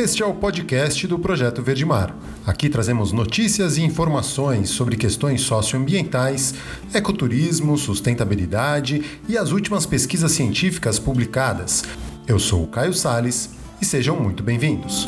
Este é o podcast do Projeto Verde Mar. Aqui trazemos notícias e informações sobre questões socioambientais, ecoturismo, sustentabilidade e as últimas pesquisas científicas publicadas. Eu sou o Caio Salles e sejam muito bem-vindos.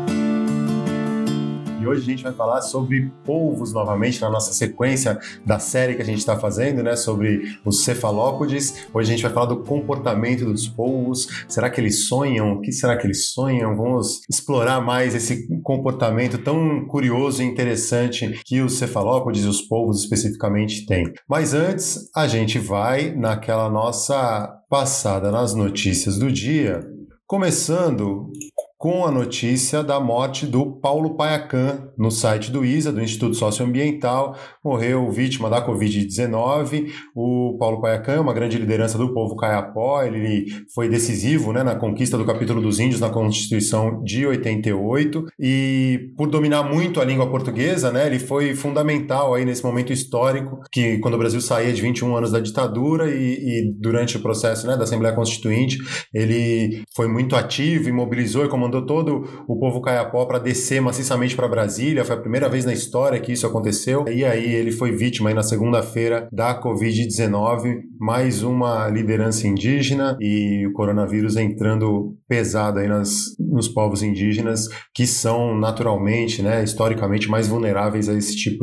Hoje a gente vai falar sobre polvos novamente na nossa sequência da série que a gente está fazendo, né, sobre os cefalópodes. Hoje a gente vai falar do comportamento dos polvos. Será que eles sonham? O que será que eles sonham? Vamos explorar mais esse comportamento tão curioso e interessante que os cefalópodes e os polvos especificamente têm. Mas antes, a gente vai naquela nossa passada nas notícias do dia, começando com a notícia da morte do Paulo Paiacan no site do ISA, do Instituto Socioambiental. Morreu vítima da Covid-19. O Paulo Paiacan é uma grande liderança do povo Kayapó. Ele foi decisivo, né, na conquista do capítulo dos índios na Constituição de 88 e por dominar muito a língua portuguesa, né, ele foi fundamental aí nesse momento histórico, que quando o Brasil saía de 21 anos da ditadura e durante o processo, né, da Assembleia Constituinte, ele foi muito ativo e mobilizou e comandou todo o povo Kayapó para descer maciçamente para Brasília. Foi a primeira vez na história que isso aconteceu. E aí ele foi vítima aí na segunda-feira da Covid-19, mais uma liderança indígena e o coronavírus entrando pesado aí nos povos indígenas, que são naturalmente, né, historicamente mais vulneráveis a esse tipo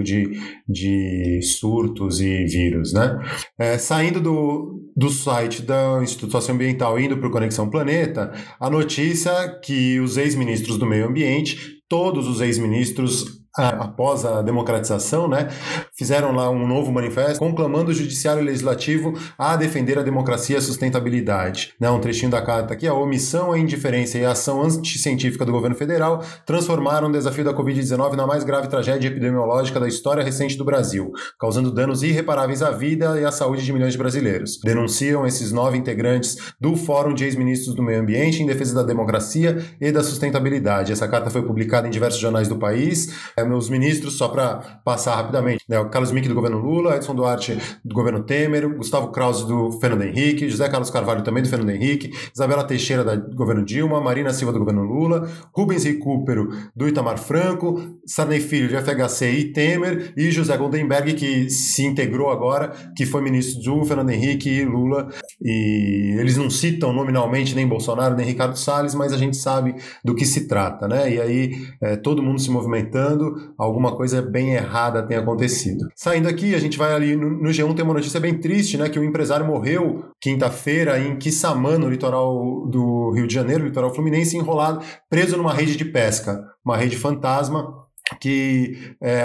de surtos e vírus, né? Saindo do site do Instituto Socioambiental, indo para o Conexão Planeta, a notícia que os ex-ministros do meio ambiente, todos os ex-ministros, após a democratização, né, fizeram lá um novo manifesto conclamando o judiciário e legislativo a defender a democracia e a sustentabilidade. Né, um trechinho da carta aqui: a omissão, a indiferença e a ação anticientífica do governo federal transformaram o desafio da Covid-19 na mais grave tragédia epidemiológica da história recente do Brasil, causando danos irreparáveis à vida e à saúde de milhões de brasileiros. Denunciam esses 9 integrantes do Fórum de Ex-Ministros do Meio Ambiente em defesa da democracia e da sustentabilidade. Essa carta foi publicada em diversos jornais do país. Os ministros, só para passar rapidamente, né, o Carlos Mick do governo Lula, Edson Duarte do governo Temer, Gustavo Krause do Fernando Henrique, José Carlos Carvalho também do Fernando Henrique, Isabela Teixeira do governo Dilma, Marina Silva do governo Lula, Rubens Recupero do Itamar Franco, Sarney Filho de FHC e Temer, e José Goldenberg, que se integrou agora, que foi ministro do Fernando Henrique e Lula. E eles não citam nominalmente nem Bolsonaro nem Ricardo Salles, mas a gente sabe do que se trata, né? E aí todo mundo se movimentando, alguma coisa bem errada tem acontecido. Saindo aqui, a gente vai ali no G1, tem uma notícia bem triste, né, que um empresário morreu quinta-feira em Quissamã, no litoral do Rio de Janeiro, litoral fluminense, enrolado, preso numa rede de pesca, uma rede fantasma, que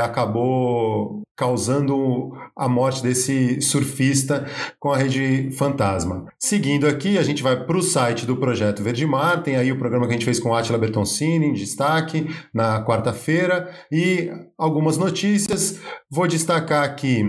acabou causando a morte desse surfista com a rede fantasma. Seguindo aqui, a gente vai para o site do Projeto Verde Mar, tem aí o programa que a gente fez com Átila Bertoncini, em destaque, na quarta-feira, e algumas notícias. Vou destacar aqui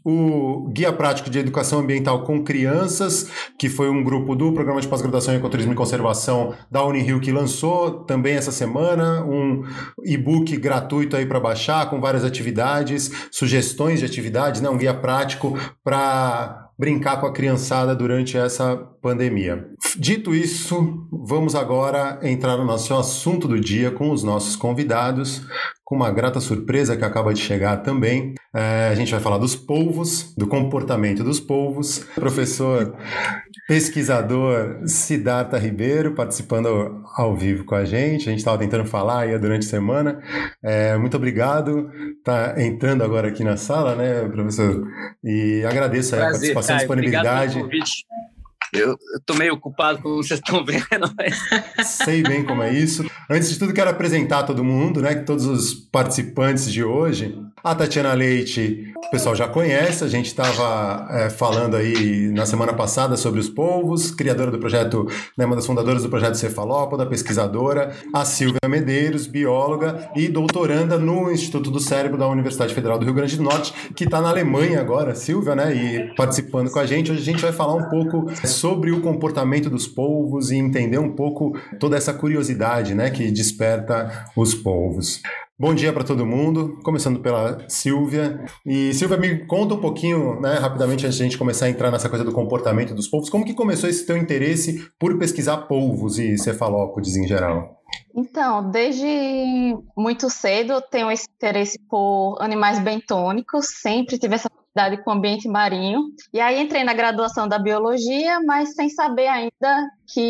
o Guia Prático de Educação Ambiental com Crianças, que foi um grupo do Programa de Pós-Graduação em Ecoturismo e Conservação da Unirio que lançou também essa semana, um e-book gratuito aí para baixar, com várias atividades, sugestões de atividades, né? Um guia prático para brincar com a criançada durante essa pandemia. Dito isso, vamos agora entrar no nosso assunto do dia com os nossos convidados, com uma grata surpresa que acaba de chegar também. A gente vai falar dos polvos, do comportamento dos polvos. Professor pesquisador Siddhartha Ribeiro participando ao vivo com a gente estava tentando falar aí durante a semana. Muito obrigado, tá entrando agora aqui na sala, né, professor? E agradeço aí a participação e disponibilidade. Obrigado pelo convite. Eu estou meio ocupado, como vocês estão vendo. Mas... Sei bem como é isso. Antes de tudo, quero apresentar todo mundo, né? Todos os participantes de hoje. A Tatiana Leite, o pessoal já conhece, a gente estava falando aí na semana passada sobre os polvos, criadora do projeto, né, uma das fundadoras do projeto Cefalópoda, pesquisadora. A Silvia Medeiros, bióloga e doutoranda no Instituto do Cérebro da Universidade Federal do Rio Grande do Norte, que está na Alemanha agora, Silvia, né? E participando com a gente. Hoje a gente vai falar um pouco sobre o comportamento dos polvos e entender um pouco toda essa curiosidade, né, que desperta os polvos. Bom dia para todo mundo, começando pela Silvia. E Silvia, me conta um pouquinho, né, rapidamente, antes de a gente começar a entrar nessa coisa do comportamento dos polvos, como que começou esse teu interesse por pesquisar polvos e cefalópodes em geral? Então, desde muito cedo eu tenho esse interesse por animais bentônicos, sempre tive essa afinidade com o ambiente marinho. E aí entrei na graduação da biologia, mas sem saber ainda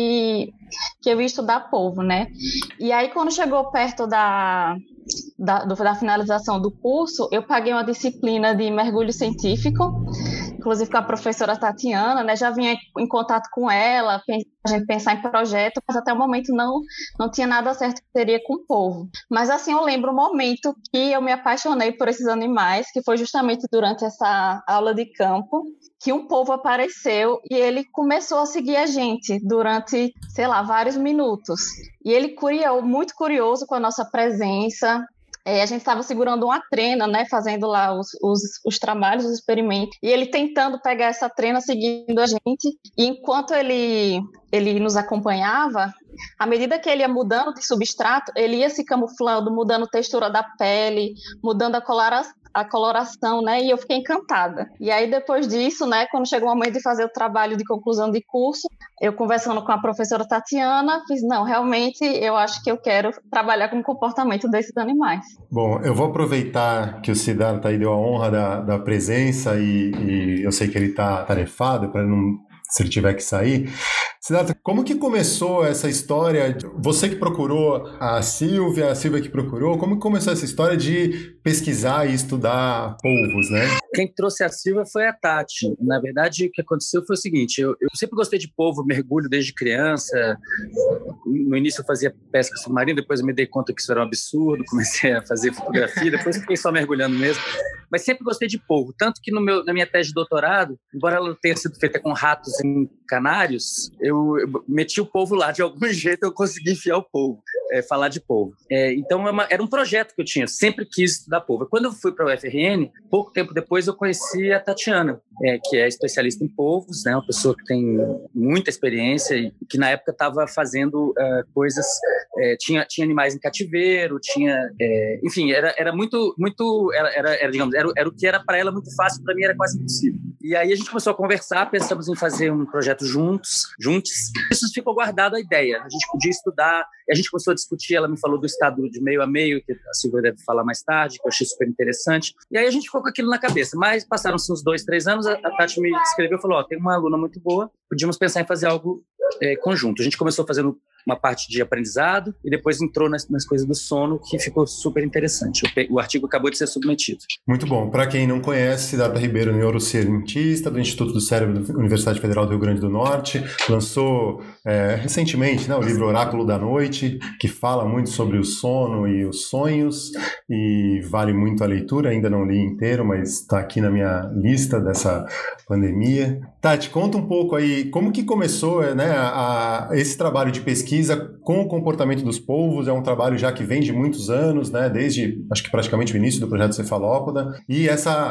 que eu ia estudar polvo, né? E aí quando chegou perto da finalização do curso, eu paguei uma disciplina de mergulho científico, inclusive com a professora Tatiana, né? Já vinha em contato com ela, a gente pensar em projeto, mas até o momento não tinha nada certo que seria com polvo. Mas assim, eu lembro o momento que eu me apaixonei por esses animais, que foi justamente durante essa aula de campo, que um polvo apareceu e ele começou a seguir a gente durante, sei lá, vários minutos. E ele muito curioso com a nossa presença. A gente estava segurando uma trena, né, fazendo lá os trabalhos, os experimentos, e ele tentando pegar essa trena, seguindo a gente, e enquanto ele nos acompanhava, à medida que ele ia mudando de substrato, ele ia se camuflando, mudando a textura da pele, mudando a coloração, né, e eu fiquei encantada. E aí, depois disso, né, quando chegou o momento de fazer o trabalho de conclusão de curso, eu conversando com a professora Tatiana, fiz, não, realmente, eu acho que eu quero trabalhar com o comportamento desses animais. Bom, eu vou aproveitar que o Siddhartha aí deu a honra da presença e eu sei que ele está tarefado para não, se ele tiver que sair. Siddhartha, como que começou essa história? Você que procurou a Silvia que procurou, como que começou essa história de pesquisar e estudar polvos, né? Quem trouxe a Silvia foi a Tati. Na verdade, o que aconteceu foi o seguinte, eu sempre gostei de polvo, mergulho desde criança. No início eu fazia pesca submarina, depois eu me dei conta que isso era um absurdo, comecei a fazer fotografia, depois fiquei só mergulhando mesmo. Mas sempre gostei de polvo, tanto que na minha tese de doutorado, embora ela tenha sido feita com ratos em canários, eu meti o polvo lá, de algum jeito eu consegui enfiar o polvo, falar de polvo. Então era um projeto que eu tinha, sempre quis estudar polvo. Quando eu fui para o UFRN, pouco tempo depois eu conheci a Tatiana, que é especialista em polvos, né, uma pessoa que tem muita experiência e que na época estava fazendo coisas, tinha animais em cativeiro, enfim, era muito, digamos, era o que era para ela muito fácil, para mim era quase impossível. E aí a gente começou a conversar, pensamos em fazer um projeto juntos. Isso ficou guardado a ideia. A gente podia estudar, a gente começou a discutir, ela me falou do estado de meio a meio, que a Silvia deve falar mais tarde, que eu achei super interessante. E aí a gente ficou com aquilo na cabeça. Mas passaram-se uns 2, 3 anos, a Tati me escreveu e falou, tem uma aluna muito boa, podíamos pensar em fazer algo conjunto. A gente começou fazendo uma parte de aprendizado e depois entrou nas coisas do sono, que ficou super interessante. O artigo acabou de ser submetido. Muito bom. Para quem não conhece, Siddhartha Ribeiro, neurocientista do Instituto do Cérebro da Universidade Federal do Rio Grande do Norte, lançou recentemente, né, o livro Oráculo da Noite, que fala muito sobre o sono e os sonhos, e vale muito a leitura. Ainda não li inteiro, mas está aqui na minha lista dessa pandemia. Tati, conta um pouco aí como que começou, né, esse trabalho de pesquisa com o comportamento dos polvos. É um trabalho já que vem de muitos anos, né, desde acho que praticamente o início do projeto Cefalópoda, e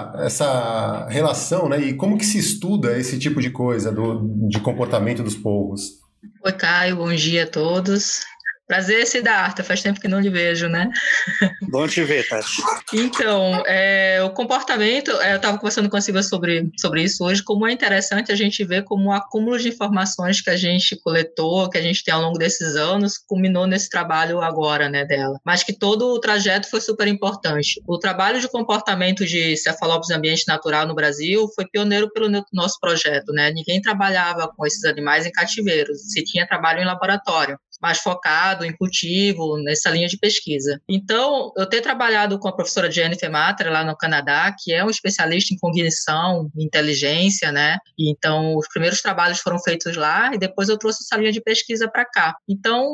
essa relação, né, e como que se estuda esse tipo de coisa de comportamento dos polvos. Oi, Caio, bom dia a todos. Prazer, Siddhartha, faz tempo que não lhe vejo, né? Bom te ver, Tati. Então, o comportamento, eu estava conversando com a Silvia sobre isso hoje, como é interessante a gente ver como o acúmulo de informações que a gente coletou, que a gente tem ao longo desses anos, culminou nesse trabalho agora, né, dela. Mas que todo o trajeto foi super importante. O trabalho de comportamento de cefalópodes em ambiente natural no Brasil foi pioneiro pelo nosso projeto, né? Ninguém trabalhava com esses animais em cativeiros, se tinha trabalho em laboratório, mais focado em cultivo, nessa linha de pesquisa. Então, eu ter trabalhado com a professora Jennifer Matra, lá no Canadá, que é um especialista em cognição, inteligência, né? Então, os primeiros trabalhos foram feitos lá e depois eu trouxe essa linha de pesquisa para cá. Então,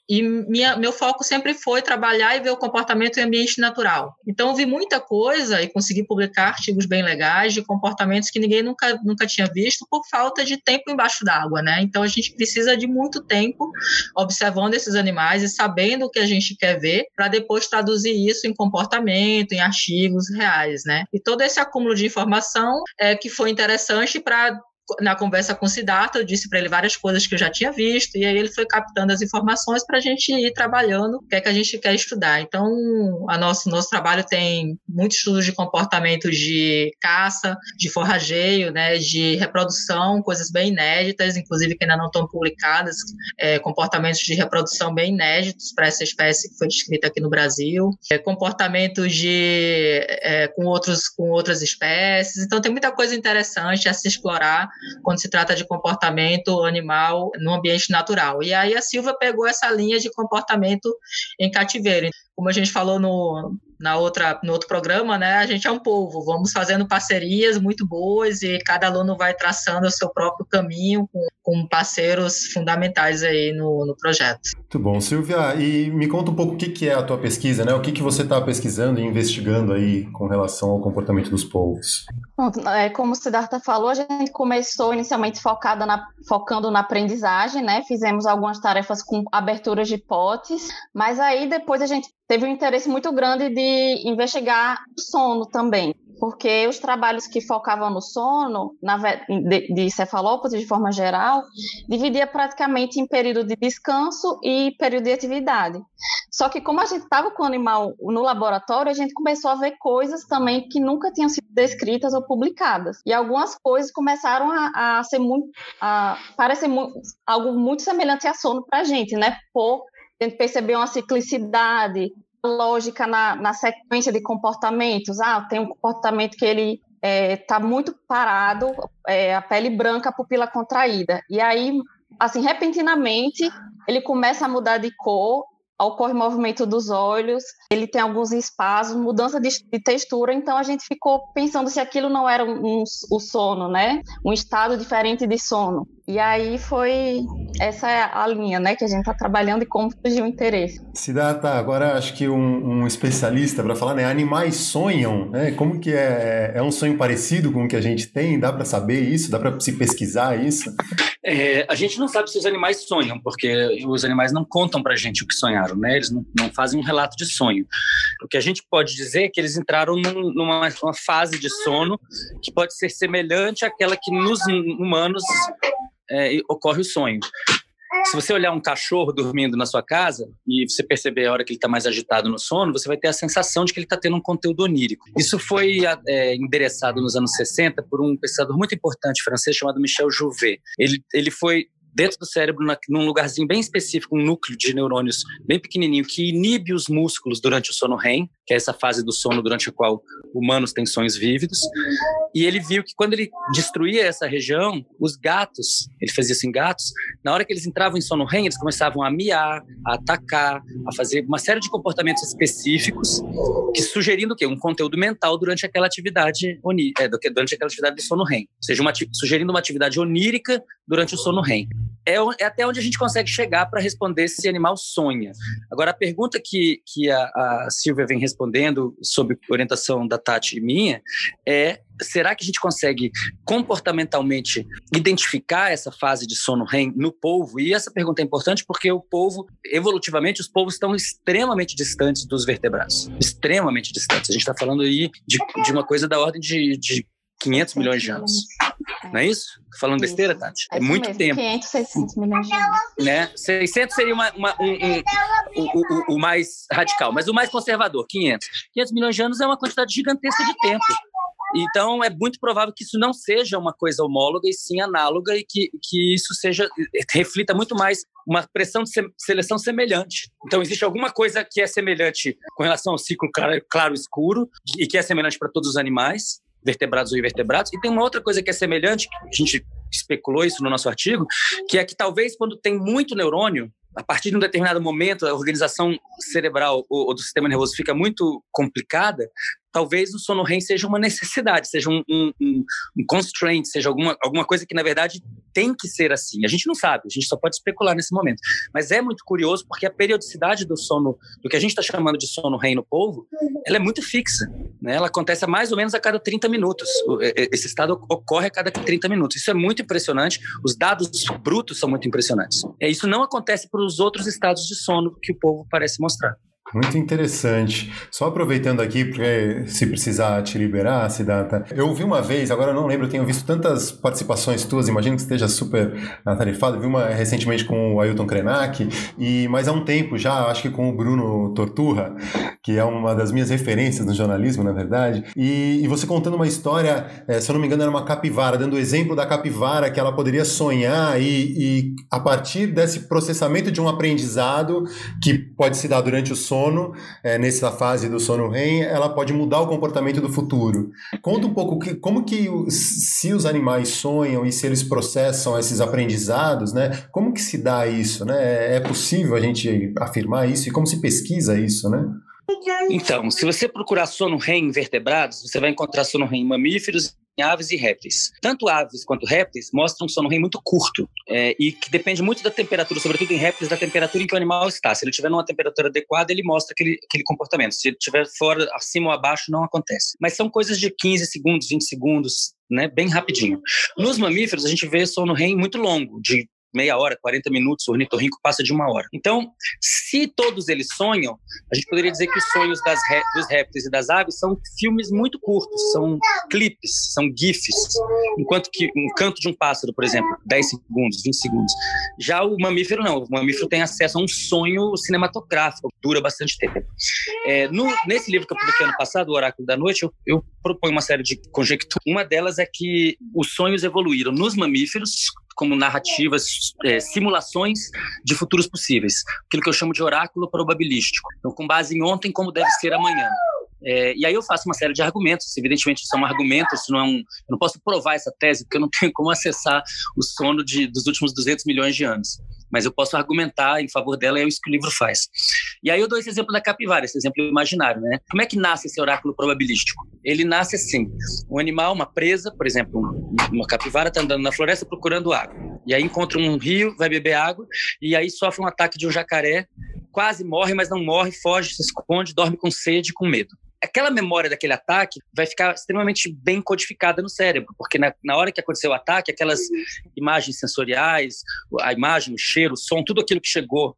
meu foco sempre foi trabalhar e ver o comportamento em ambiente natural. Então, eu vi muita coisa e consegui publicar artigos bem legais de comportamentos que ninguém nunca tinha visto por falta de tempo embaixo d'água, né? Então, a gente precisa de muito tempo observando esses animais e sabendo o que a gente quer ver para depois traduzir isso em comportamento, em artigos reais, né? E todo esse acúmulo de informação que foi interessante para na conversa com o Siddhartha, eu disse para ele várias coisas que eu já tinha visto, e aí ele foi captando as informações para a gente ir trabalhando o que é que a gente quer estudar. Então, nosso trabalho tem muitos estudos de comportamento de caça, de forrageio, né, de reprodução, coisas bem inéditas, inclusive que ainda não estão publicadas, comportamentos de reprodução bem inéditos para essa espécie que foi descrita aqui no Brasil, comportamentos com outras espécies. Então, tem muita coisa interessante a se explorar quando se trata de comportamento animal no ambiente natural. E aí a Silvia pegou essa linha de comportamento em cativeiro. Como a gente falou no outro programa, né, a gente é um povo, vamos fazendo parcerias muito boas e cada aluno vai traçando o seu próprio caminho com parceiros fundamentais aí no projeto. Muito bom. Silvia, e me conta um pouco o que é a tua pesquisa, né? O que você está pesquisando e investigando aí com relação ao comportamento dos polvos? Bom, como o Siddhartha falou, a gente começou inicialmente focando na aprendizagem, né? Fizemos algumas tarefas com aberturas de potes, mas aí depois a gente teve um interesse muito grande de investigar sono também, porque os trabalhos que focavam no sono, de cefalópodes de forma geral, dividia praticamente em período de descanso e período de atividade. Só que como a gente estava com o animal no laboratório, a gente começou a ver coisas também que nunca tinham sido descritas ou publicadas. E algumas coisas começaram a parecer algo muito semelhante a sono para a gente, né? A gente percebeu uma ciclicidade, lógica na sequência de comportamentos. Tem um comportamento que ele está muito parado, a pele branca, a pupila contraída. E aí, assim, repentinamente, ele começa a mudar de cor, ocorre movimento dos olhos, ele tem alguns espasmos, mudança de textura, então a gente ficou pensando se aquilo não era o sono, né? Um estado diferente de sono. E aí essa é a linha, né, que a gente está trabalhando e como surgiu o interesse. Siddhartha, agora acho que um especialista para falar, né? Animais sonham, né? Como que é um sonho parecido com o que a gente tem? Dá para saber isso? Dá para se pesquisar isso? A gente não sabe se os animais sonham, porque os animais não contam para a gente o que sonharam, né? Eles não fazem um relato de sonho. O que a gente pode dizer é que eles entraram numa fase de sono que pode ser semelhante àquela que nos humanos ocorre o sonho. Se você olhar um cachorro dormindo na sua casa e você perceber a hora que ele está mais agitado no sono, você vai ter a sensação de que ele está tendo um conteúdo onírico. Isso foi endereçado nos anos 60 por um pesquisador muito importante francês chamado Michel Jouvet. Ele foi dentro do cérebro, num lugarzinho bem específico, um núcleo de neurônios bem pequenininho que inibe os músculos durante o sono REM, que é essa fase do sono durante a qual humanos têm sonhos vívidos. E ele viu que quando ele destruía essa região, os gatos, ele fazia isso em gatos, na hora que eles entravam em sono REM, eles começavam a miar, a atacar, a fazer uma série de comportamentos específicos, que sugerindo o quê? Um conteúdo mental durante aquela atividade durante aquela atividade do sono REM. Ou seja, sugerindo uma atividade onírica durante o sono REM. É até onde a gente consegue chegar para responder se animal sonha. Agora, a pergunta que a Silvia vem respondendo, sob orientação da Tati e minha, será que a gente consegue comportamentalmente identificar essa fase de sono REM no polvo? E essa pergunta é importante porque o polvo, evolutivamente, os polvos estão extremamente distantes dos vertebrados. Extremamente distantes. A gente está falando aí de uma coisa da ordem de 500 milhões de anos. Não é isso? Tô falando besteira, Tati? É muito mesmo. Tempo. 500, 600 milhões de anos. Né? 600 seria o mais radical, mas o mais conservador, 500. 500 milhões de anos é uma quantidade gigantesca de tempo. Então, é muito provável que isso não seja uma coisa homóloga e sim análoga e que isso reflita muito mais uma pressão de seleção semelhante. Então, existe alguma coisa que é semelhante com relação ao ciclo claro-escuro e que é semelhante para todos os animais, vertebrados ou invertebrados, e tem uma outra coisa que é semelhante, que a gente especulou isso no nosso artigo, que é que talvez quando tem muito neurônio, a partir de um determinado momento, a organização cerebral ou do sistema nervoso fica muito complicada, talvez o sono REM seja uma necessidade, seja um constraint, seja alguma coisa que, na verdade, tem que ser assim. A gente não sabe, a gente só pode especular nesse momento. Mas é muito curioso porque a periodicidade do sono, do que a gente está chamando de sono REM no polvo, ela é muito fixa, né? Ela acontece mais ou menos a cada 30 minutos. Esse estado ocorre a cada 30 minutos. Isso é muito impressionante. Os dados brutos são muito impressionantes. Isso não acontece para os outros estados de sono que o polvo parece mostrar. Muito interessante. Só aproveitando aqui, porque se precisar te liberar, Siddhartha, eu ouvi uma vez, agora eu não lembro, eu tenho visto tantas participações tuas, imagino que esteja super atarefado, eu vi uma recentemente com o Ailton Krenak, mas há um tempo já, acho que com o Bruno Torturra, que é uma das minhas referências no jornalismo, na verdade, e você contando uma história, se eu não me engano era uma capivara, dando o exemplo da capivara que ela poderia sonhar e a partir desse processamento de um aprendizado que pode se dar durante o sono, nessa fase do sono REM, ela pode mudar o comportamento do futuro. Conta um pouco como que se os animais sonham e se eles processam esses aprendizados, né? Como que se dá isso, né? É possível a gente afirmar isso e como se pesquisa isso, né? Então, se você procurar sono REM em vertebrados, você vai encontrar sono REM em mamíferos, em aves e répteis. Tanto aves quanto répteis mostram um sono REM muito curto e que depende muito da temperatura, sobretudo em répteis, da temperatura em que o animal está. Se ele estiver numa temperatura adequada, ele mostra aquele comportamento. Se ele estiver fora, acima ou abaixo, não acontece. Mas são coisas de 15 segundos, 20 segundos, né? Bem rapidinho. Nos mamíferos, a gente vê sono REM muito longo, de meia hora, 40 minutos, o ornitorrinco passa de 1 hora. Então, se todos eles sonham, a gente poderia dizer que os sonhos dos répteis e das aves são filmes muito curtos, são clipes, são gifs, enquanto que um canto de um pássaro, por exemplo, 10 segundos, 20 segundos. Já o mamífero não, o mamífero tem acesso a um sonho cinematográfico, que dura bastante tempo. Nesse livro que eu publiquei ano passado, O Oráculo da Noite, eu proponho uma série de conjecturas. Uma delas é que os sonhos evoluíram nos mamíferos como narrativas, simulações de futuros possíveis. Aquilo que eu chamo de oráculo probabilístico. Então, com base em ontem, como deve ser amanhã. E aí eu faço uma série de argumentos, evidentemente são argumentos, eu não posso provar essa tese, porque eu não tenho como acessar o sono dos últimos 200 milhões de anos. Mas eu posso argumentar em favor dela, e é isso que o livro faz. E aí eu dou esse exemplo da capivara, esse exemplo imaginário, né? Como é que nasce esse oráculo probabilístico? Ele nasce assim, um animal, uma presa, por exemplo, uma capivara está andando na floresta procurando água. E aí encontra um rio, vai beber água, e aí sofre um ataque de um jacaré, quase morre, mas não morre, foge, se esconde, dorme com sede, com medo. Aquela memória daquele ataque vai ficar extremamente bem codificada no cérebro, porque na hora que aconteceu o ataque, aquelas imagens sensoriais, a imagem, o cheiro, o som, tudo aquilo que chegou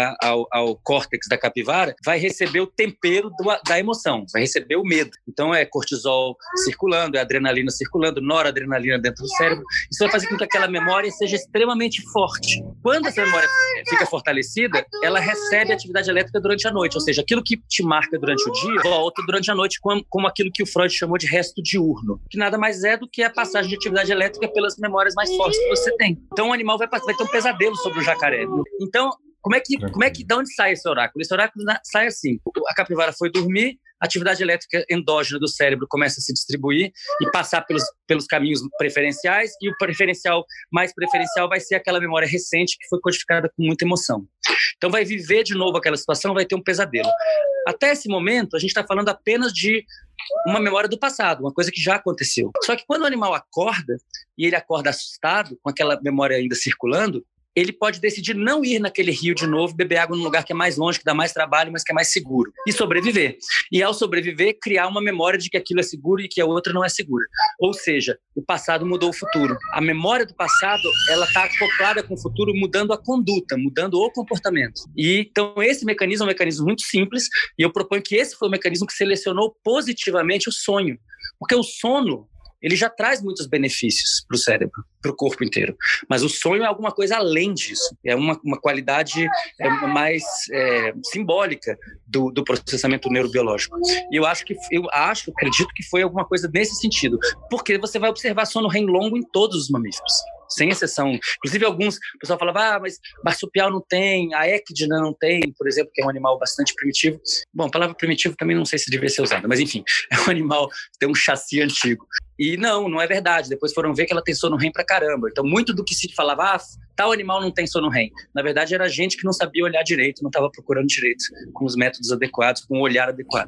ao córtex da capivara vai receber o tempero da emoção, vai receber o medo. Então é cortisol circulando, é adrenalina circulando, noradrenalina dentro do cérebro. Isso vai fazer com que aquela memória seja extremamente forte. Quando essa memória fica fortalecida, ela recebe atividade elétrica durante a noite, ou seja, aquilo que te marca durante o dia volta durante a noite como aquilo que o Freud chamou de resto diurno, que nada mais é do que a passagem de atividade elétrica pelas memórias mais fortes que você tem. Então o animal vai ter um pesadelo sobre o jacaré. Então, de onde sai esse oráculo? Esse oráculo sai assim, a capivara foi dormir, a atividade elétrica endógena do cérebro começa a se distribuir e passar pelos caminhos preferenciais, e o mais preferencial vai ser aquela memória recente que foi codificada com muita emoção. Então vai viver de novo aquela situação, vai ter um pesadelo. Até esse momento, a gente está falando apenas de uma memória do passado, uma coisa que já aconteceu. Só que quando o animal acorda, e ele acorda assustado, com aquela memória ainda circulando, ele pode decidir não ir naquele rio de novo, beber água num lugar que é mais longe, que dá mais trabalho, mas que é mais seguro, e sobreviver. E ao sobreviver, criar uma memória de que aquilo é seguro e que a outra não é segura. Ou seja, o passado mudou o futuro. A memória do passado, ela está acoplada com o futuro, mudando a conduta, mudando o comportamento. E então esse mecanismo é um mecanismo muito simples, e eu proponho que esse foi o mecanismo que selecionou positivamente o sonho. Porque o sono, ele já traz muitos benefícios para o cérebro, para o corpo inteiro. Mas o sonho é alguma coisa além disso. É uma qualidade mais simbólica do processamento neurobiológico. E eu acredito que foi alguma coisa nesse sentido. Porque você vai observar sono REM longo em todos os mamíferos, sem exceção. Inclusive alguns, o pessoal falava, mas marsupial não tem, a equidna não tem, por exemplo, que é um animal bastante primitivo. Bom, a palavra primitivo também não sei se devia ser usada, mas enfim, é um animal que tem um chassi antigo. E não é verdade. Depois foram ver que ela tem sono REM pra caramba. Então, muito do que se falava, tal animal não tem sono REM. Na verdade, era gente que não sabia olhar direito, não estava procurando direito, com os métodos adequados, com o olhar adequado.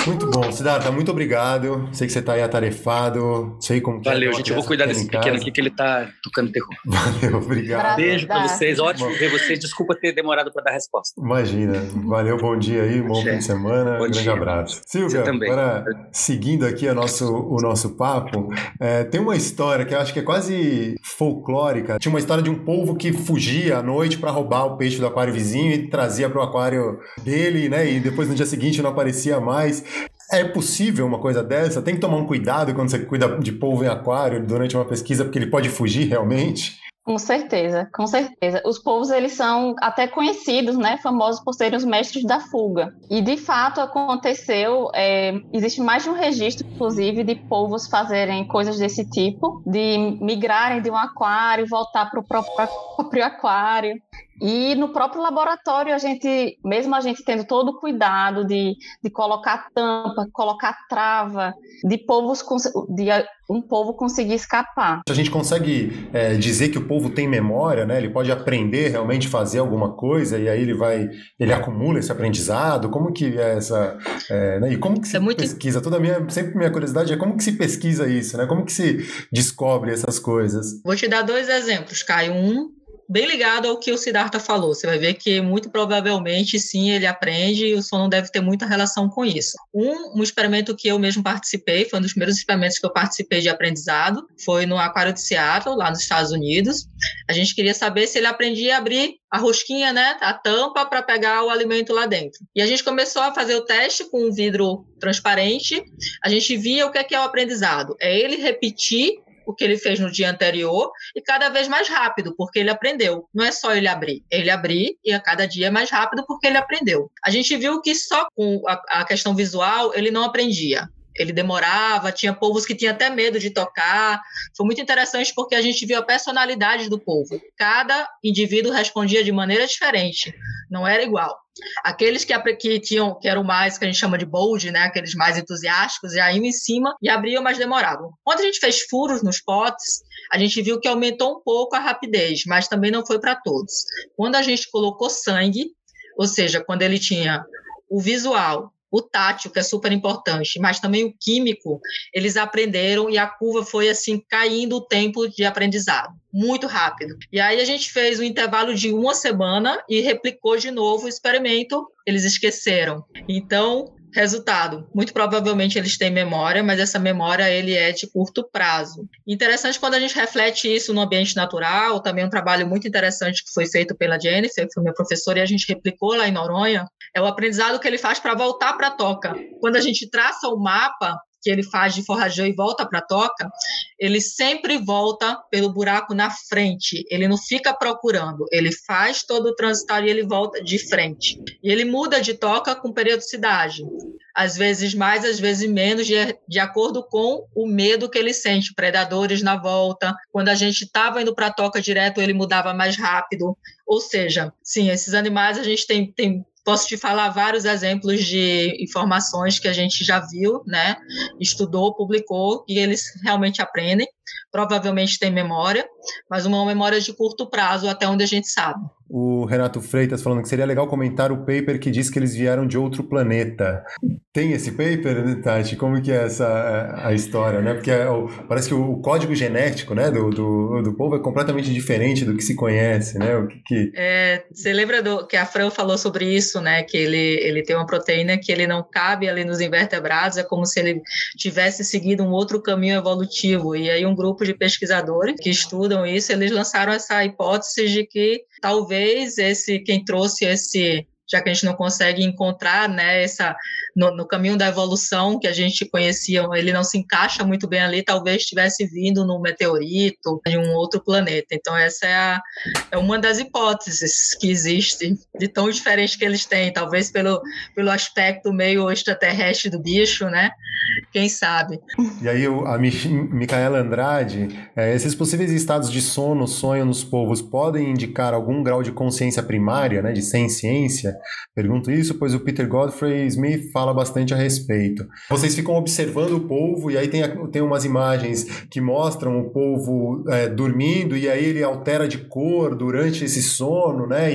Muito bom, Siddhartha, muito obrigado. Sei que você está aí atarefado. Sei como que Valeu, gente. Eu vou cuidar desse pequeno aqui que ele tá tocando terror. Valeu, obrigado. Beijo para vocês. Ótimo ver vocês. Desculpa ter demorado para dar resposta. Imagina. Valeu, bom dia aí, bom fim de semana. Bom grande dia. Abraço. Silvia, agora seguindo aqui o nosso papo, tem uma história que eu acho que é quase folclórica. Tinha uma história de um polvo que fugia à noite para roubar o peixe do aquário vizinho e trazia para o aquário dele, né? E depois no dia seguinte não aparecia mais. É possível uma coisa dessa? Tem que tomar um cuidado quando você cuida de polvo em aquário durante uma pesquisa, porque ele pode fugir realmente? Com certeza, com certeza. Os polvos, eles são até conhecidos, né, famosos por serem os mestres da fuga. E, de fato, aconteceu, existe mais de um registro, inclusive, de polvos fazerem coisas desse tipo, de migrarem de um aquário, voltar para o próprio aquário. E no próprio laboratório, mesmo a gente tendo todo o cuidado de colocar tampa, colocar trava, de um polvo conseguir escapar. A gente consegue dizer que o polvo tem memória, né? Ele pode aprender realmente fazer alguma coisa e aí ele acumula esse aprendizado? Como que é essa... né? E como que se pesquisa? Sempre minha curiosidade é como que se pesquisa isso, né? Como que se descobre essas coisas? Vou te dar 2 exemplos, Caio. Bem ligado ao que o Siddhartha falou. Você vai ver que, muito provavelmente, sim, ele aprende e o som não deve ter muita relação com isso. Um experimento que eu mesmo participei, foi um dos primeiros experimentos que eu participei de aprendizado, foi no Aquário de Seattle, lá nos Estados Unidos. A gente queria saber se ele aprendia a abrir a rosquinha, né, a tampa, para pegar o alimento lá dentro. E a gente começou a fazer o teste com um vidro transparente. A gente via o que é o aprendizado. É ele repetir o que ele fez no dia anterior e cada vez mais rápido, porque ele aprendeu. Não é só ele abrir e a cada dia é mais rápido porque ele aprendeu. A gente viu que só com a questão visual ele não aprendia. Ele demorava, tinha polvos que tinham até medo de tocar. Foi muito interessante porque a gente viu a personalidade do polvo. Cada indivíduo respondia de maneira diferente, não era igual. Aqueles que eram mais, que a gente chama de bold, né? Aqueles mais entusiásticos, já iam em cima e abriam, mas demoravam. Quando a gente fez furos nos potes, a gente viu que aumentou um pouco a rapidez, mas também não foi para todos. Quando a gente colocou sangue, ou seja, quando ele tinha o visual, o tátil, que é super importante, mas também o químico, eles aprenderam e a curva foi assim, caindo o tempo de aprendizado, muito rápido. E aí a gente fez um intervalo de 1 semana e replicou de novo o experimento, eles esqueceram. Então, resultado, muito provavelmente eles têm memória, mas essa memória ele é de curto prazo. Interessante quando a gente reflete isso no ambiente natural, também um trabalho muito interessante que foi feito pela Jennifer, que foi minha professora, e a gente replicou lá em Noronha, é o aprendizado que ele faz para voltar para a toca. Quando a gente traça o mapa que ele faz de forrageio e volta para a toca, ele sempre volta pelo buraco na frente, ele não fica procurando, ele faz todo o transitário e ele volta de frente. E ele muda de toca com periodicidade, às vezes mais, às vezes menos, de acordo com o medo que ele sente, predadores na volta. Quando a gente estava indo para a toca direto, ele mudava mais rápido. Ou seja, sim, esses animais a gente tem posso te falar vários exemplos de informações que a gente já viu, né? Estudou, publicou, e eles realmente aprendem. Provavelmente têm memória, mas uma memória de curto prazo, até onde a gente sabe. O Renato Freitas falando que seria legal comentar o paper que diz que eles vieram de outro planeta. Tem esse paper, Tati? Como que é a história, né? Porque parece que o código genético, né, do povo é completamente diferente do que se conhece, né? Você lembra que a Fran falou sobre isso, né? Que ele tem uma proteína que ele não cabe ali nos invertebrados, é como se ele tivesse seguido um outro caminho evolutivo. E aí um grupo de pesquisadores que estudam isso, eles lançaram essa hipótese de que talvez quem trouxe esse, já que a gente não consegue encontrar, né, no caminho da evolução que a gente conhecia, ele não se encaixa muito bem ali, talvez tivesse vindo num meteorito de um outro planeta. Então essa é uma das hipóteses que existe, de tão diferente que eles têm, talvez pelo aspecto meio extraterrestre do bicho, né? Quem sabe? E aí a Micaela Andrade, esses possíveis estados de sono, sonho nos polvos podem indicar algum grau de consciência primária, né, de senciência? Pergunto isso, pois o Peter Godfrey Smith fala fala bastante a respeito. Vocês ficam observando o polvo e aí tem umas imagens que mostram o polvo dormindo e aí ele altera de cor durante esse sono, né?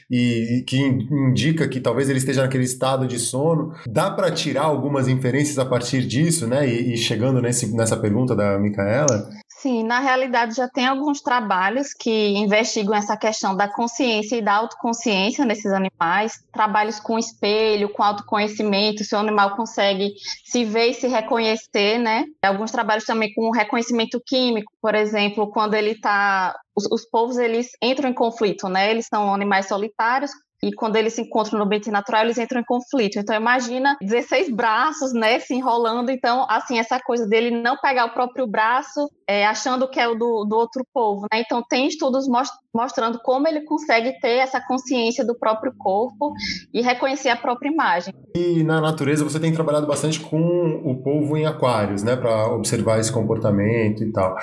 E que indica que talvez ele esteja naquele estado de sono. Dá para tirar algumas inferências a partir disso, né? E chegando nessa pergunta da Micaela? Sim, na realidade já tem alguns trabalhos que investigam essa questão da consciência e da autoconsciência nesses animais, trabalhos com espelho, com autoconhecimento, se o animal consegue se ver e se reconhecer, né? Alguns trabalhos também com reconhecimento químico, por exemplo, quando ele está... Os polvos, eles entram em conflito, né? Eles são animais solitários, e quando eles se encontram no ambiente natural, eles entram em conflito. Então, imagina 16 braços, né, se enrolando. Então, assim, essa coisa dele não pegar o próprio braço, achando que é o do outro polvo, né? Então, tem estudos mostrando como ele consegue ter essa consciência do próprio corpo e reconhecer a própria imagem. E na natureza, você tem trabalhado bastante com o polvo em aquários, né, para observar esse comportamento e tal.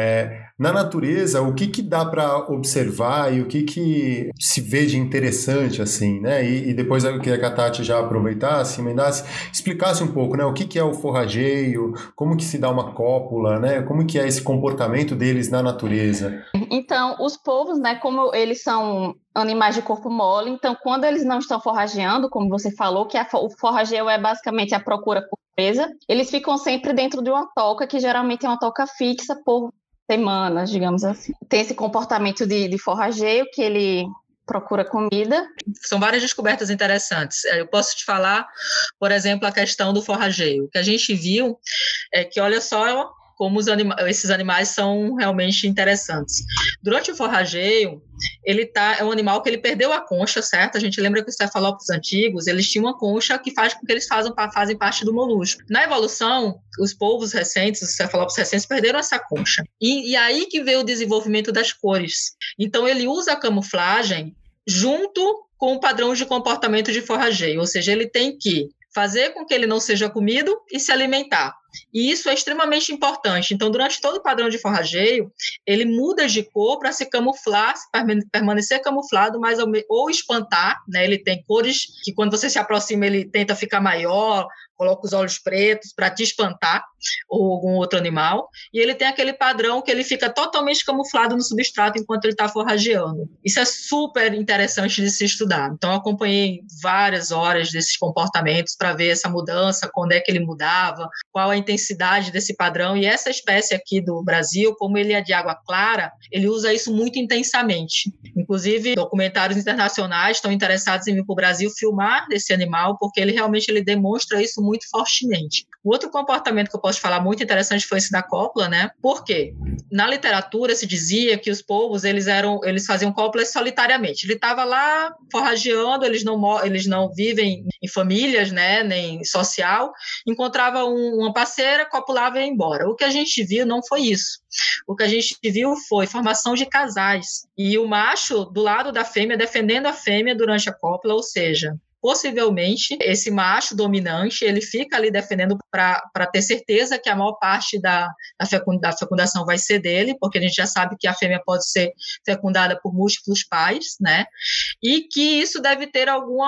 Na natureza, o que dá para observar e o que se vê de interessante, assim, né? E depois eu queria que a Tati já aproveitasse, emendasse, explicasse um pouco, né? O que é o forrageio, como que se dá uma cópula, né? Como que é esse comportamento deles na natureza? Então, os polvos, né, como eles são animais de corpo mole, então quando eles não estão forrageando, como você falou, que o forrageio é basicamente a procura por presa, eles ficam sempre dentro de uma toca, que geralmente é uma toca fixa por semanas, digamos assim. Tem esse comportamento de forrageio, que ele procura comida. São várias descobertas interessantes. Eu posso te falar, por exemplo, a questão do forrageio. O que a gente viu é que, olha só como esses animais são realmente interessantes. Durante o forrageio, é um animal que ele perdeu a concha, certo? A gente lembra que os cefalópodes antigos, eles tinham uma concha que faz com que eles fazem parte do molusco. Na evolução, os polvos recentes, os cefalópodes recentes, perderam essa concha. E aí que veio o desenvolvimento das cores. Então, ele usa a camuflagem junto com o padrão de comportamento de forrageio, ou seja, ele tem que fazer com que ele não seja comido e se alimentar. E isso é extremamente importante. Então, durante todo o padrão de forrageio, ele muda de cor para se camuflar, permanecer camuflado, mas ou espantar, né? Ele tem cores que, quando você se aproxima, ele tenta ficar maior, coloca os olhos pretos para te espantar, ou algum outro animal. E ele tem aquele padrão que ele fica totalmente camuflado no substrato enquanto ele está forrageando. Isso é super interessante de se estudar. Então, eu acompanhei várias horas desses comportamentos para ver essa mudança, quando é que ele mudava, qual a intensidade desse padrão. E essa espécie aqui do Brasil, como ele é de água clara, ele usa isso muito intensamente. Inclusive, documentários internacionais estão interessados em vir para o Brasil filmar esse animal, porque ele realmente demonstra isso muito fortemente. O outro comportamento que eu posso falar muito interessante foi esse da cópula, né? Por quê? Na literatura se dizia que os polvos, eles faziam cópulas solitariamente. Ele estava lá forrageando, eles não vivem em famílias, né, nem social, encontrava uma parceira, copulava e ia embora. O que a gente viu não foi isso. O que a gente viu foi formação de casais, e o macho do lado da fêmea defendendo a fêmea durante a cópula, ou seja, possivelmente, esse macho dominante, ele fica ali defendendo para ter certeza que a maior parte da fecundação vai ser dele, porque a gente já sabe que a fêmea pode ser fecundada por múltiplos pais, né? E que isso deve ter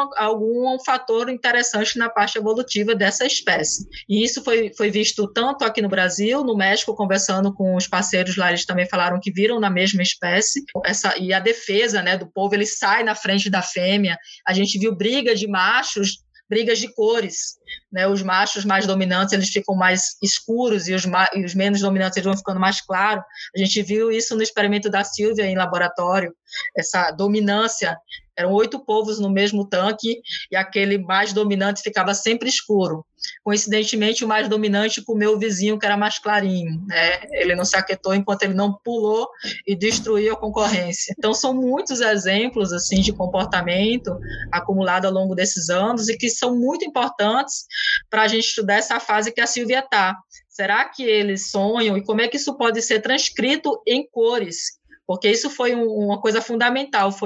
algum fator interessante na parte evolutiva dessa espécie. E isso foi visto tanto aqui no Brasil, no México, conversando com os parceiros lá, eles também falaram que viram na mesma espécie. E a defesa, né, do polvo, ele sai na frente da fêmea. A gente viu briga de machos, brigas de cores, né? Os machos mais dominantes, eles ficam mais escuros, e os menos dominantes, eles vão ficando mais claros. A gente viu isso no experimento da Silvia em laboratório, essa dominância. Eram 8 polvos no mesmo tanque, e aquele mais dominante ficava sempre escuro. Coincidentemente, o mais dominante comeu o vizinho, que era mais clarinho, né? Ele não se aquietou enquanto ele não pulou e destruiu a concorrência. Então, são muitos exemplos assim, de comportamento acumulado ao longo desses anos e que são muito importantes para a gente estudar essa fase que a Silvia está. Será que eles sonham? E como é que isso pode ser transcrito em cores? Porque isso foi uma coisa fundamental, foi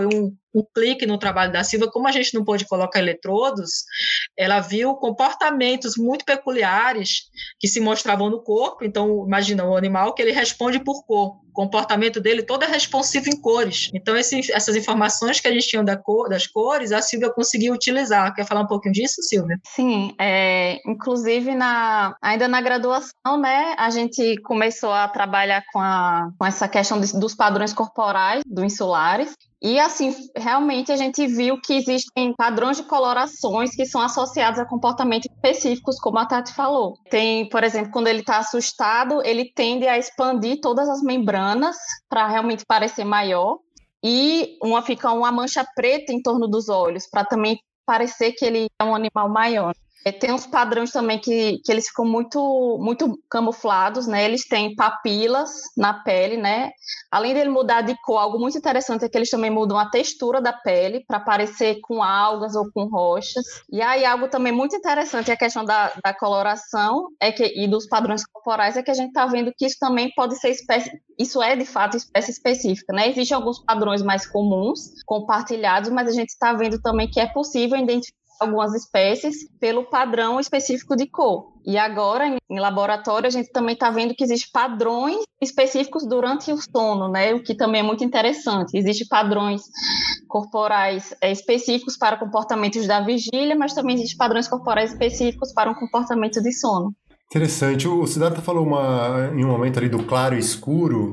um clique no trabalho da Silvia, como a gente não pôde colocar eletrodos, ela viu comportamentos muito peculiares que se mostravam no corpo. Então, imagina, o animal que ele responde por cor. O comportamento dele todo é responsivo em cores. Então, essas informações que a gente tinha das cores, a Silvia conseguiu utilizar. Quer falar um pouquinho disso, Silvia? Sim, inclusive ainda na graduação, né, a gente começou a trabalhar com essa questão dos padrões corporais do insulares. E, assim, realmente a gente viu que existem padrões de colorações que são associados a comportamentos específicos, como a Tati falou. Tem, por exemplo, quando ele está assustado, ele tende a expandir todas as membranas para realmente parecer maior. E fica uma mancha preta em torno dos olhos, para também parecer que ele é um animal maior. Tem uns padrões também que eles ficam muito, muito camuflados, né? Eles têm papilas na pele, né? Além dele mudar de cor, algo muito interessante é que eles também mudam a textura da pele para parecer com algas ou com rochas. E aí algo também muito interessante é a questão da coloração e dos padrões corporais, é que a gente está vendo que isso também pode ser isso é de fato espécie específica, né? Existem alguns padrões mais comuns, compartilhados, mas a gente está vendo também que é possível identificar algumas espécies pelo padrão específico de cor. E agora, em laboratório, a gente também está vendo que existem padrões específicos durante o sono, né? O que também é muito interessante. Existem padrões corporais específicos para comportamentos da vigília, mas também existem padrões corporais específicos para um comportamento de sono. Interessante. O Siddhartha falou em um momento ali do claro e escuro,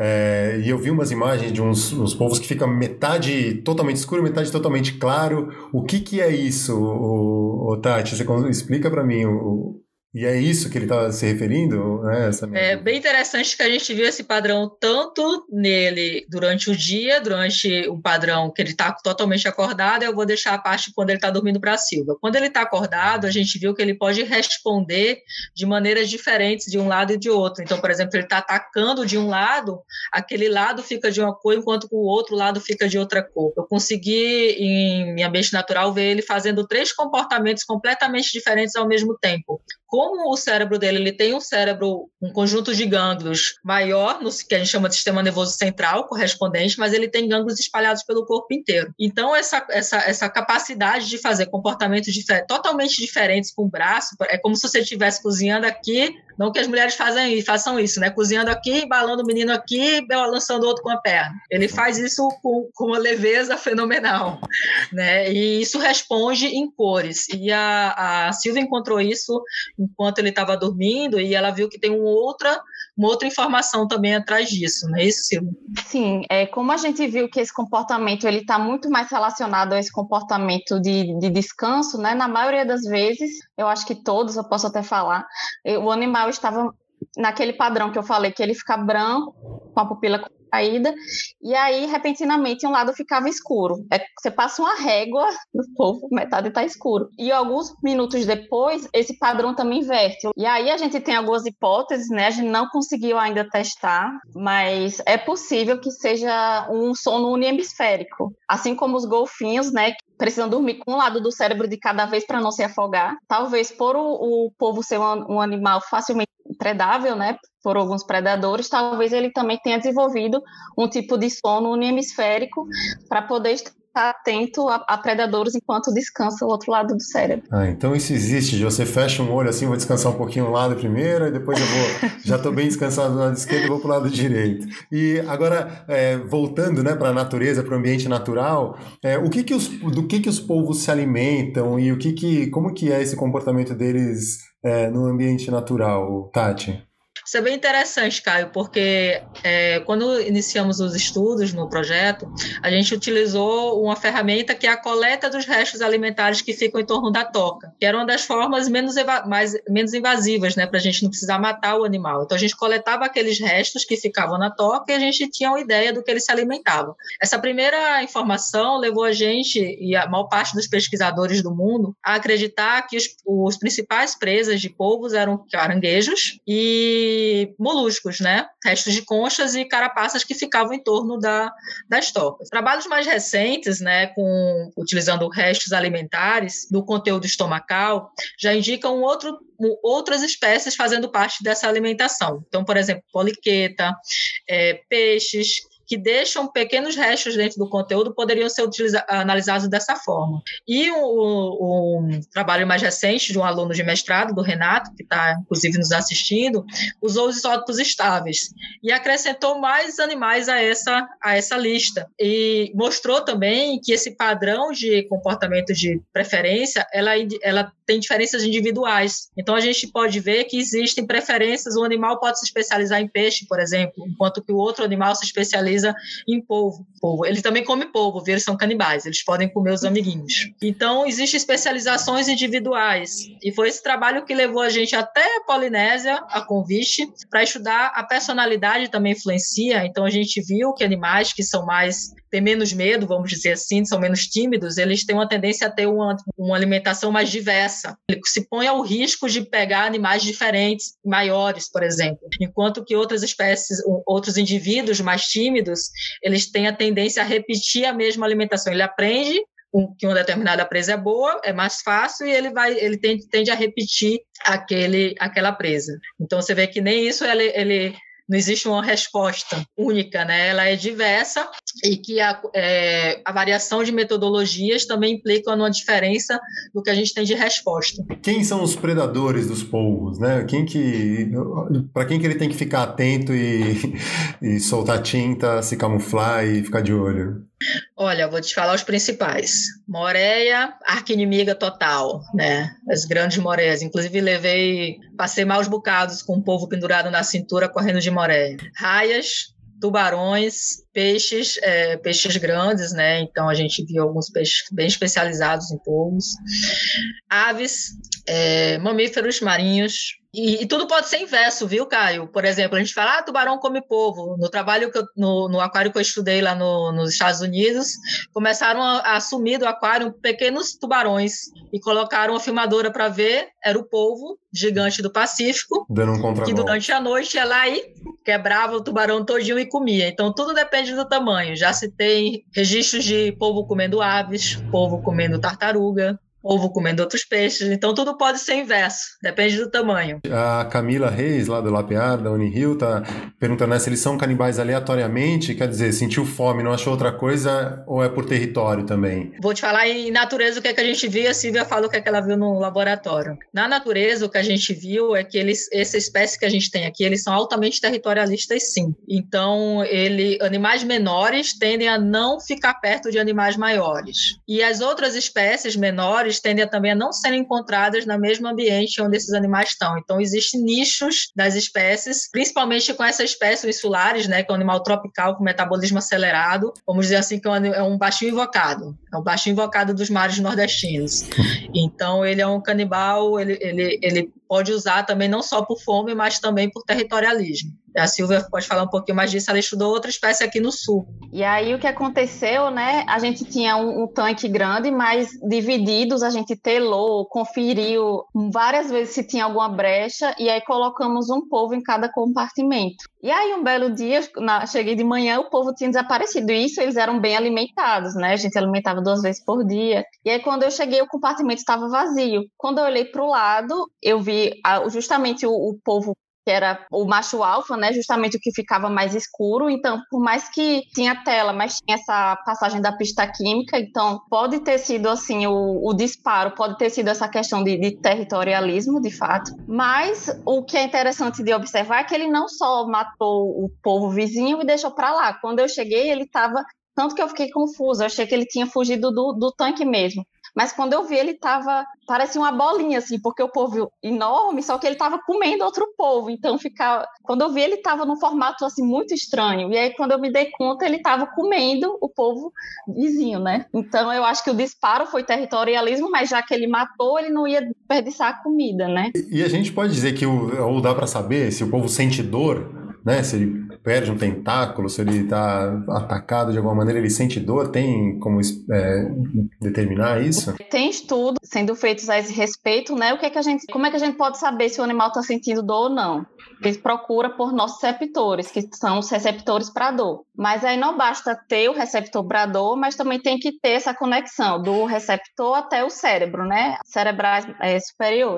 e eu vi umas imagens de uns povos que ficam metade totalmente escuro, metade totalmente claro. O que é isso, Tati? Você explica para mim e é isso que ele está se referindo? Né, é bem interessante que a gente viu esse padrão tanto nele durante o dia, durante o padrão que ele está totalmente acordado. Eu vou deixar a parte quando ele está dormindo para a Silvia. Quando ele está acordado, a gente viu que ele pode responder de maneiras diferentes de um lado e de outro. Então, por exemplo, ele está atacando de um lado, aquele lado fica de uma cor, enquanto o outro lado fica de outra cor. Eu consegui, em ambiente natural, ver ele fazendo 3 comportamentos completamente diferentes ao mesmo tempo. Como o cérebro dele, ele tem um conjunto de gânglios maior, que a gente chama de sistema nervoso central, correspondente, mas ele tem gânglios espalhados pelo corpo inteiro. Então, essa capacidade de fazer comportamentos totalmente diferentes com o braço, é como se você estivesse cozinhando aqui, não que as mulheres façam isso, né? Cozinhando aqui, embalando o menino aqui, balançando o outro com a perna. Ele faz isso com uma leveza fenomenal, né? E isso responde em cores. E a Silvia encontrou isso enquanto ele estava dormindo, e ela viu que tem uma outra informação também atrás disso, não é isso, Silvia? Sim, como a gente viu que esse comportamento ele está muito mais relacionado a esse comportamento de descanso, né? Na maioria das vezes, eu acho que todos, eu posso até falar, o animal estava naquele padrão que eu falei, que ele fica branco, com a pupila contraída, e aí, repentinamente, um lado ficava escuro. Você passa uma régua no povo, metade está escuro. E alguns minutos depois, esse padrão também inverte. E aí a gente tem algumas hipóteses, né? A gente não conseguiu ainda testar, mas é possível que seja um sono unihemisférico. Assim como os golfinhos, né? Que precisam dormir com um lado do cérebro de cada vez para não se afogar. Talvez por o polvo ser um animal facilmente predável, né, por alguns predadores, talvez ele também tenha desenvolvido um tipo de sono unihemisférico para poder estar atento a predadores enquanto descansa o outro lado do cérebro. Então isso existe, você fecha um olho assim, vou descansar um pouquinho um lado primeiro, e depois já estou bem descansado do lado esquerdo e vou para o lado direito. E agora, voltando, né, para a natureza, para o ambiente natural, do que os polvos se alimentam e como que é esse comportamento deles no ambiente natural, Tati? Isso é bem interessante, Caio, porque quando iniciamos os estudos no projeto, a gente utilizou uma ferramenta que é a coleta dos restos alimentares que ficam em torno da toca, que era uma das formas menos invasivas, né, para a gente não precisar matar o animal. Então, a gente coletava aqueles restos que ficavam na toca e a gente tinha uma ideia do que eles se alimentavam. Essa primeira informação levou a gente, e a maior parte dos pesquisadores do mundo, a acreditar que os principais presas de polvos eram caranguejos e moluscos, né? Restos de conchas e carapaças que ficavam em torno das tocas. Trabalhos mais recentes, né, utilizando restos alimentares do conteúdo estomacal, já indicam outras espécies fazendo parte dessa alimentação. Então, por exemplo, poliqueta, peixes que deixam pequenos restos dentro do conteúdo poderiam ser analisados dessa forma. E um trabalho mais recente de um aluno de mestrado, do Renato, que está, inclusive, nos assistindo, usou os isótopos estáveis e acrescentou mais animais a essa lista. E mostrou também que esse padrão de comportamento de preferência, ela tem diferenças individuais. Então, a gente pode ver que existem preferências, um animal pode se especializar em peixe, por exemplo, enquanto que o outro animal se especializa em polvo. Ele também come polvo, eles são canibais, eles podem comer os amiguinhos. Então, existem especializações individuais, e foi esse trabalho que levou a gente até a Polinésia, a convite, para estudar a personalidade também influencia. Então, a gente viu que animais que têm menos medo, vamos dizer assim, são menos tímidos, eles têm uma tendência a ter uma alimentação mais diversa. Ele se põe ao risco de pegar animais diferentes, maiores, por exemplo. Enquanto que outras espécies, outros indivíduos mais tímidos, eles têm a tendência a repetir a mesma alimentação. Ele aprende que uma determinada presa é boa, é mais fácil, e ele tende a repetir aquela presa. Então, você vê que nem isso não existe uma resposta única, né? Ela é diversa, e que a variação de metodologias também implica numa diferença do que a gente tem de resposta. Quem são os predadores dos polvos, né? Para quem que ele tem que ficar atento e soltar tinta, se camuflar e ficar de olho? Olha, vou te falar os principais. Moreia, arqui-inimiga total, né? As grandes moreias. Inclusive, passei maus bocados com o polvo pendurado na cintura, correndo de moreia. Raias, tubarões, peixes grandes, né? Então, a gente viu alguns peixes bem especializados em polvos. Aves, mamíferos marinhos. E tudo pode ser inverso, viu, Caio? Por exemplo, a gente fala, tubarão come polvo. No trabalho no aquário que eu estudei lá nos Estados Unidos, começaram a assumir do aquário pequenos tubarões e colocaram a filmadora para ver, era o polvo gigante do Pacífico, que durante a noite ia lá e quebrava o tubarão todinho e comia. Então, tudo depende do tamanho. Já se tem registros de polvo comendo aves, polvo comendo tartaruga, polvo comendo outros peixes, então tudo pode ser inverso, depende do tamanho. A Camila Reis, lá do Lapear, da Unirio, tá perguntando se eles são canibais aleatoriamente, quer dizer, sentiu fome, não achou outra coisa, ou é por território também? Vou te falar em natureza o que a gente viu, a Silvia falou o que ela viu no laboratório. Na natureza, o que a gente viu é que essa espécie que a gente tem aqui, eles são altamente territorialistas, sim. Então, animais menores tendem a não ficar perto de animais maiores. E as outras espécies menores tendem também a não serem encontradas no mesmo ambiente onde esses animais estão. Então, existem nichos das espécies, principalmente com essa espécie, os insulares, né, que é um animal tropical com metabolismo acelerado, vamos dizer assim, que é um baixinho invocado. É um baixinho invocado dos mares nordestinos. Então, ele é um canibal, ele pode usar também não só por fome, mas também por territorialismo. A Silvia pode falar um pouquinho mais disso, ela estudou outra espécie aqui no sul. E aí o que aconteceu, né? A gente tinha um tanque grande, mas divididos, a gente telou, conferiu várias vezes se tinha alguma brecha, e aí colocamos um polvo em cada compartimento. E aí um belo dia, cheguei de manhã, o polvo tinha desaparecido, e isso eles eram bem alimentados, né? A gente alimentava 2 vezes por dia. E aí quando eu cheguei, o compartimento estava vazio. Quando eu olhei para o lado, eu vi justamente o polvo, que era o macho alfa, né, justamente o que ficava mais escuro. Então, por mais que tinha tela, mas tinha essa passagem da pista química, então pode ter sido assim, o disparo, pode ter sido essa questão de territorialismo, de fato. Mas o que é interessante de observar é que ele não só matou o polvo vizinho e deixou para lá. Quando eu cheguei, ele estava... Tanto que eu fiquei confusa, eu achei que ele tinha fugido do tanque mesmo. Mas quando eu vi, ele parecia uma bolinha, assim, porque o polvo enorme, só que ele estava comendo outro polvo. Então, quando eu vi, ele estava num formato, assim, muito estranho. E aí, quando eu me dei conta, ele estava comendo o polvo vizinho, né? Então, eu acho que o disparo foi territorialismo, mas já que ele matou, ele não ia desperdiçar a comida, né? E a gente pode dizer que, ou dá para saber, se o polvo sente dor, né? Se ele perde um tentáculo, se ele está atacado de alguma maneira, ele sente dor? Tem como determinar isso? Tem estudos sendo feitos a esse respeito, né? Como é que a gente pode saber se o animal está sentindo dor ou não? Ele procura por nossos receptores, que são os receptores para dor. Mas aí não basta ter o receptor para dor, mas também tem que ter essa conexão do receptor até o cérebro, né? Cerebrais superiores.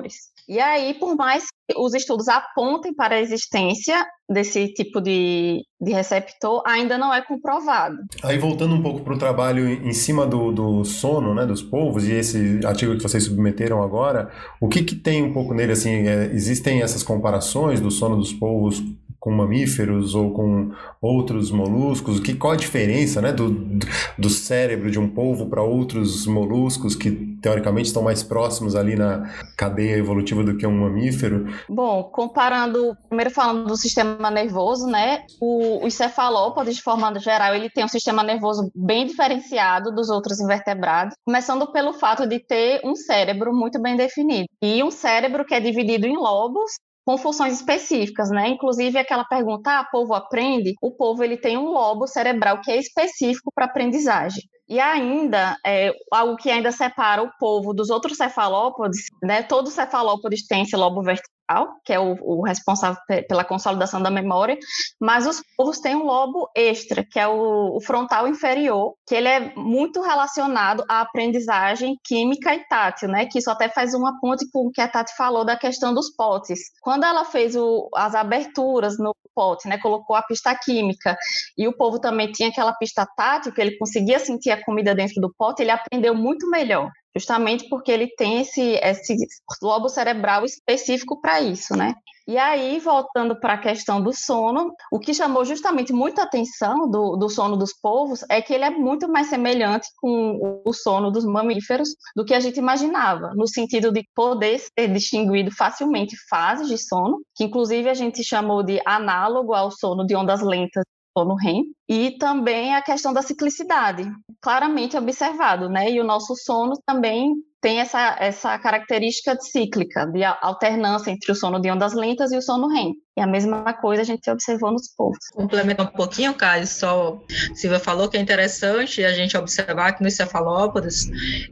E aí, por mais que os estudos apontem para a existência desse tipo de receptor, ainda não é comprovado. Aí, voltando um pouco para o trabalho em cima do sono, né, dos polvos, e esse artigo que vocês submeteram agora, o que tem um pouco nele, assim, existem essas comparações do sono dos polvos com mamíferos ou com outros moluscos? Qual a diferença, né, do cérebro de um polvo para outros moluscos que, teoricamente, estão mais próximos ali na cadeia evolutiva do que um mamífero? Bom, comparando, primeiro falando do sistema nervoso, né, os cefalópodes, de forma geral, ele tem um sistema nervoso bem diferenciado dos outros invertebrados, começando pelo fato de ter um cérebro muito bem definido, e um cérebro que é dividido em lobos, com funções específicas, né? Inclusive aquela pergunta, polvo aprende? O polvo ele tem um lobo cerebral que é específico para aprendizagem. E ainda, algo que ainda separa o polvo dos outros cefalópodes, né? Todos os cefalópodes têm esse lobo vertical, que é o responsável pela consolidação da memória, mas os polvos têm um lobo extra, que é o frontal inferior, que ele é muito relacionado à aprendizagem química e tátil, né? Que isso até faz uma ponte com o que a Tati falou da questão dos potes. Quando ela fez as aberturas no pote, né? Colocou a pista química, e o polvo também tinha aquela pista tátil, que ele conseguia sentir a comida dentro do pote, ele aprendeu muito melhor. Justamente porque ele tem esse lobo cerebral específico para isso, né? E aí, voltando para a questão do sono, o que chamou justamente muita atenção do sono dos polvos é que ele é muito mais semelhante com o sono dos mamíferos do que a gente imaginava, no sentido de poder ser distinguido facilmente fases de sono, que inclusive a gente chamou de análogo ao sono de ondas lentas, sono REM, e também a questão da ciclicidade, claramente observado, né? E o nosso sono também tem essa característica cíclica, de alternância entre o sono de ondas lentas e o sono REM. E a mesma coisa a gente observou nos polvos. Complementar um pouquinho, Caio, só Silvia falou que é interessante a gente observar que nos cefalópodes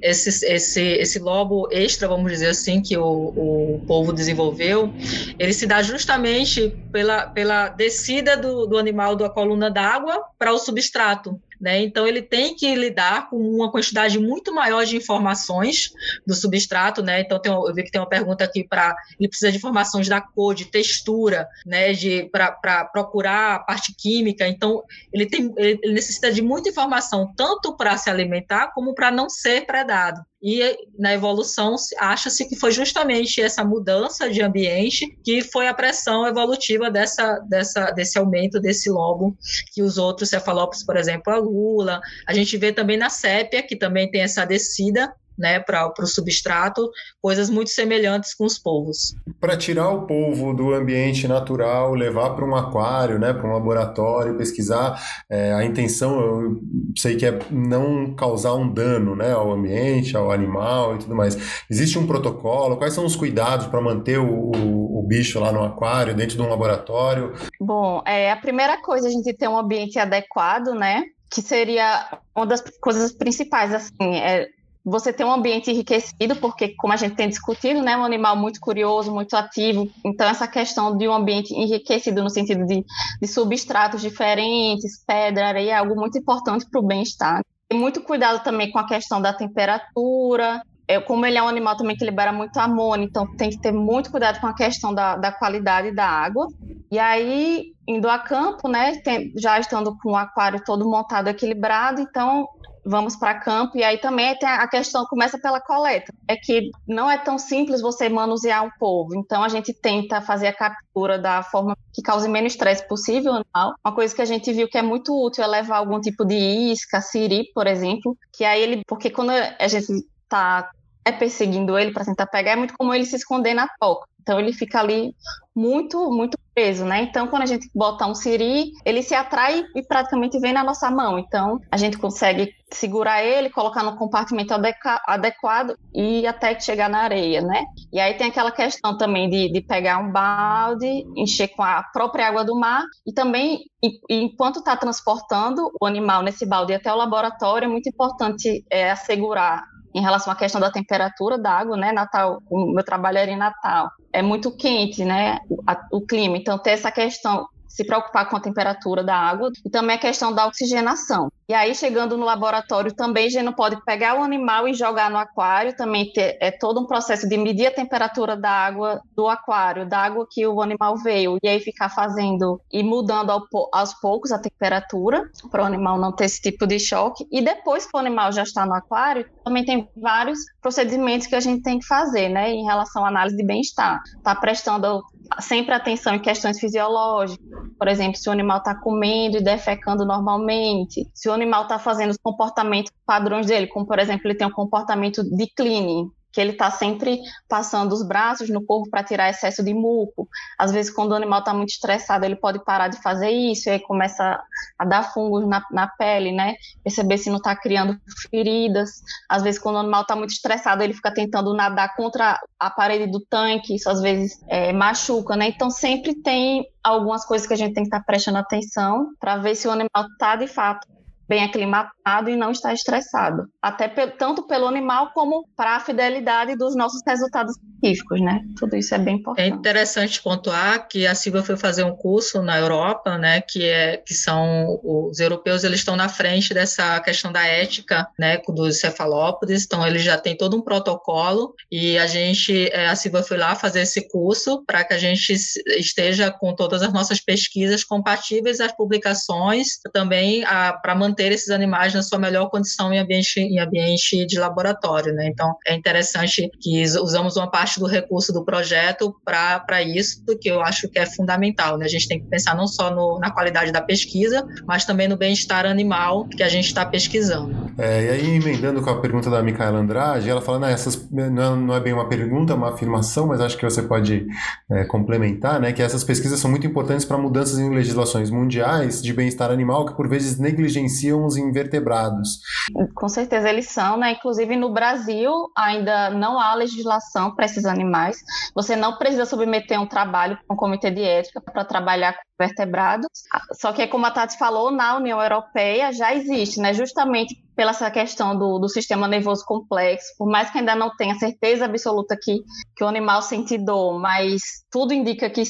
esse lobo extra, vamos dizer assim, que o polvo desenvolveu, ele se dá justamente pela descida do animal da coluna d'água para o substrato. Né? Então, ele tem que lidar com uma quantidade muito maior de informações do substrato, né? Então, eu vi que tem uma pergunta aqui ele precisa de informações da cor, de textura, né? Para procurar a parte química. Então, ele necessita de muita informação, tanto para se alimentar, como para não ser predado. E na evolução acha-se que foi justamente essa mudança de ambiente que foi a pressão evolutiva desse aumento desse lobo que os outros cefalópodes, por exemplo, a lula. A gente vê também na sépia, que também tem essa descida, né, para o substrato, coisas muito semelhantes com os polvos. Para tirar o polvo do ambiente natural, levar para um aquário, né, para um laboratório, pesquisar, a intenção, eu sei que é não causar um dano, né, ao ambiente, ao animal e tudo mais. Existe um protocolo? Quais são os cuidados para manter o bicho lá no aquário, dentro de um laboratório? Bom, a primeira coisa, a gente ter um ambiente adequado, né, que seria uma das coisas principais, assim, você ter um ambiente enriquecido, porque, como a gente tem discutido, né, um animal muito curioso, muito ativo, então essa questão de um ambiente enriquecido no sentido de substratos diferentes, pedra, areia, é algo muito importante para o bem-estar. Tem muito cuidado também com a questão da temperatura, como ele é um animal também que libera muito amônia, então tem que ter muito cuidado com a questão da qualidade da água. E aí, indo a campo, né, já estando com o aquário todo montado, equilibrado, então vamos para campo, e aí também tem a questão, começa pela coleta, é que não é tão simples você manusear um polvo, então a gente tenta fazer a captura da forma que cause menos estresse possível no animal. Uma coisa que a gente viu que é muito útil é levar algum tipo de isca, siri, por exemplo, que aí porque quando a gente está perseguindo ele para tentar pegar, é muito comum ele se esconder na toca, então ele fica ali muito, muito preso, né? Então, quando a gente bota um siri, ele se atrai e praticamente vem na nossa mão. Então, a gente consegue segurar ele, colocar no compartimento adequado e até chegar na areia, né? E aí tem aquela questão também de pegar um balde, encher com a própria água do mar e também, enquanto está transportando o animal nesse balde até o laboratório, é muito importante assegurar em relação à questão da temperatura da água, né? Natal, o meu trabalho era em Natal. É muito quente, né? O clima. Então, ter essa questão, se preocupar com a temperatura da água e também a questão da oxigenação. E aí, chegando no laboratório também, a gente não pode pegar o animal e jogar no aquário, também é todo um processo de medir a temperatura da água do aquário, da água que o animal veio, e aí ficar fazendo e mudando aos poucos a temperatura, para o animal não ter esse tipo de choque. E depois que o animal já está no aquário, também tem vários procedimentos que a gente tem que fazer, né, em relação à análise de bem-estar. Está prestando sempre atenção em questões fisiológicas, por exemplo, se o animal está comendo e defecando normalmente, se o animal está fazendo os comportamentos padrões dele, como, por exemplo, ele tem um comportamento de cleaning, que ele está sempre passando os braços no corpo para tirar excesso de muco. Às vezes, quando o animal está muito estressado, ele pode parar de fazer isso, e aí começa a dar fungos na pele, né? Perceber se não está criando feridas. Às vezes, quando o animal está muito estressado, ele fica tentando nadar contra a parede do tanque, isso às vezes machuca, né? Então, sempre tem algumas coisas que a gente tem que estar prestando atenção para ver se o animal está, de fato, bem aclimatado e não está estressado. Até tanto pelo animal como para a fidelidade dos nossos resultados científicos, né? Tudo isso é bem importante. É interessante pontuar que a Silvia foi fazer um curso na Europa, né? Que são os europeus, eles estão na frente dessa questão da ética, né? Dos cefalópodes. Então eles já têm todo um protocolo e a Silvia foi lá fazer esse curso para que a gente esteja com todas as nossas pesquisas compatíveis às publicações, também para manter esses animais na sua melhor condição em ambiente de laboratório, né? Então, é interessante que usamos uma parte do recurso do projeto para isso, que eu acho que é fundamental, né? A gente tem que pensar não só na qualidade da pesquisa, mas também no bem-estar animal que a gente está pesquisando. E aí, emendando com a pergunta da Micaela Andrade, ela fala, não é bem uma pergunta, é uma afirmação, mas acho que você pode complementar, né? Que essas pesquisas são muito importantes para mudanças em legislações mundiais de bem-estar animal que, por vezes, negligenciam os invertebrados. Com certeza eles são, né? Inclusive no Brasil ainda não há legislação para esses animais. Você não precisa submeter um trabalho para um comitê de ética para trabalhar com vertebrados. Só que, como a Tati falou, na União Europeia já existe, né? Justamente pela essa questão do sistema nervoso complexo, por mais que ainda não tenha certeza absoluta que o animal sente dor, mas tudo indica que sim.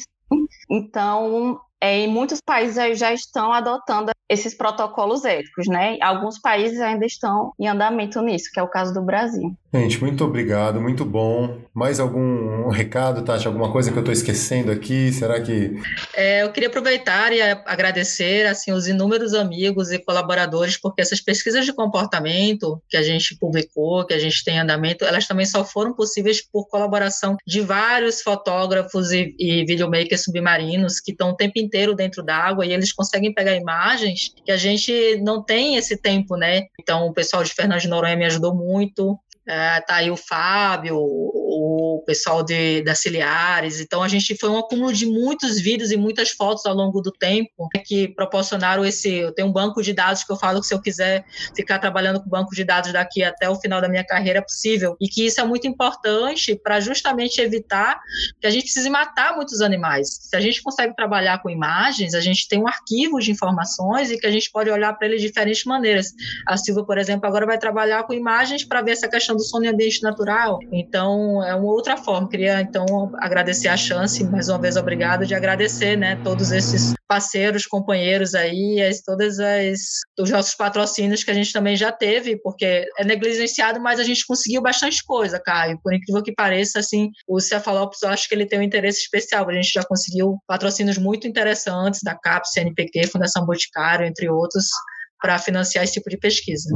Então, em muitos países já estão adotando esses protocolos éticos, né? Alguns países ainda estão em andamento nisso, que é o caso do Brasil. Gente, muito obrigado, muito bom. Mais algum recado, Tati? Alguma coisa que eu estou esquecendo aqui? Será que... Eu queria aproveitar e agradecer assim, os inúmeros amigos e colaboradores, porque essas pesquisas de comportamento que a gente publicou, que a gente tem em andamento, elas também só foram possíveis por colaboração de vários fotógrafos e videomakers submarinos que estão o tempo inteiro dentro d'água e eles conseguem pegar imagens que a gente não tem esse tempo, né? Então, o pessoal de Fernando de Noronha me ajudou muito. Tá aí o Fábio, o pessoal da Ciliares. Então, a gente foi um acúmulo de muitos vídeos e muitas fotos ao longo do tempo que proporcionaram eu tenho um banco de dados que eu falo que se eu quiser ficar trabalhando com banco de dados daqui até o final da minha carreira é possível, e que isso é muito importante para justamente evitar que a gente precise matar muitos animais. Se a gente consegue trabalhar com imagens, a gente tem um arquivo de informações e que a gente pode olhar para ele de diferentes maneiras. A Silvia, por exemplo, agora vai trabalhar com imagens para ver essa questão do sono em ambiente natural. Então, é uma outra forma. Queria, então, agradecer a chance, mais uma vez, obrigado, de agradecer, né, todos esses parceiros, companheiros aí, todos os nossos patrocínios que a gente também já teve, porque é negligenciado, mas a gente conseguiu bastante coisa, Caio. Por incrível que pareça, assim, o Cefalópolis, eu acho que ele tem um interesse especial. A gente já conseguiu patrocínios muito interessantes da CAPES, CNPq, Fundação Boticário, entre outros, para financiar esse tipo de pesquisa.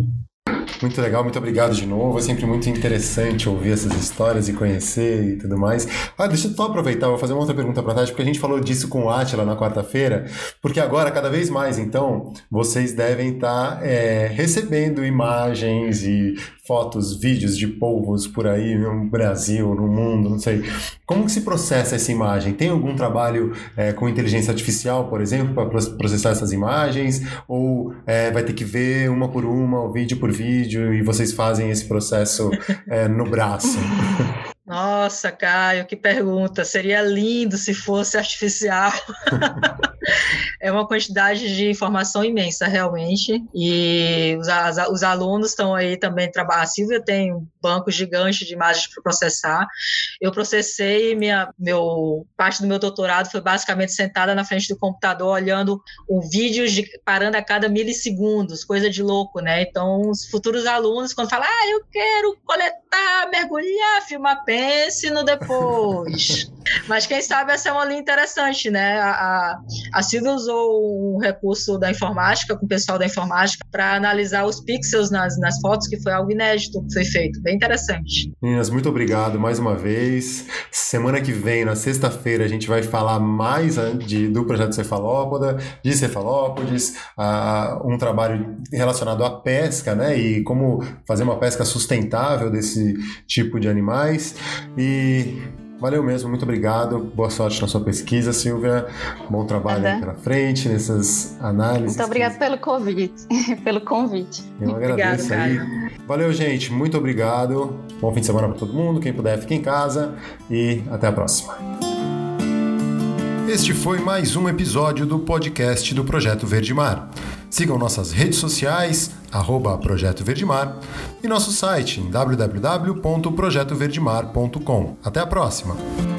Muito legal, muito obrigado de novo. É sempre muito interessante ouvir essas histórias e conhecer e tudo mais. Deixa eu só aproveitar, vou fazer uma outra pergunta para a Tati, porque a gente falou disso com o Átila na quarta-feira, porque agora, cada vez mais, então, vocês devem estar recebendo imagens e fotos, vídeos de polvos por aí no Brasil, no mundo, não sei. Como que se processa essa imagem? Tem algum trabalho com inteligência artificial, por exemplo, para processar essas imagens? Ou vai ter que ver uma por uma, vídeo por vídeo, e vocês fazem esse processo no braço? Nossa, Caio, que pergunta. Seria lindo se fosse artificial. É uma quantidade de informação imensa, realmente. E os alunos estão aí também trabalhando. A Silvia tem um banco gigante de imagens para processar. Eu processei, parte do meu doutorado foi basicamente sentada na frente do computador, olhando o vídeo parando a cada milissegundos, coisa de louco, né? Então, os futuros alunos, quando falam, eu quero coletar, mergulhar, filmar, pense no depois. Mas quem sabe essa é uma linha interessante, né? A Silvia usou um recurso da informática, com o pessoal da informática, para analisar os pixels nas fotos, que foi algo inédito que foi feito. Bem interessante. Meninas, muito obrigado mais uma vez. Semana que vem, na sexta-feira, a gente vai falar mais do projeto Cefalópoda, de cefalópodes, um trabalho relacionado à pesca, né? E como fazer uma pesca sustentável desse tipo de animais. E valeu mesmo, muito obrigado. Boa sorte na sua pesquisa, Silvia. Bom trabalho aí pela frente, nessas análises. Muito obrigado pelo convite. Eu agradeço aí. Valeu, gente. Muito obrigado. Bom fim de semana para todo mundo. Quem puder, fique em casa. E até a próxima. Este foi mais um episódio do podcast do Projeto Verde Mar. Sigam nossas redes sociais, @Projeto Verde Mar, e nosso site em www.projetoverdemar.com. Até a próxima!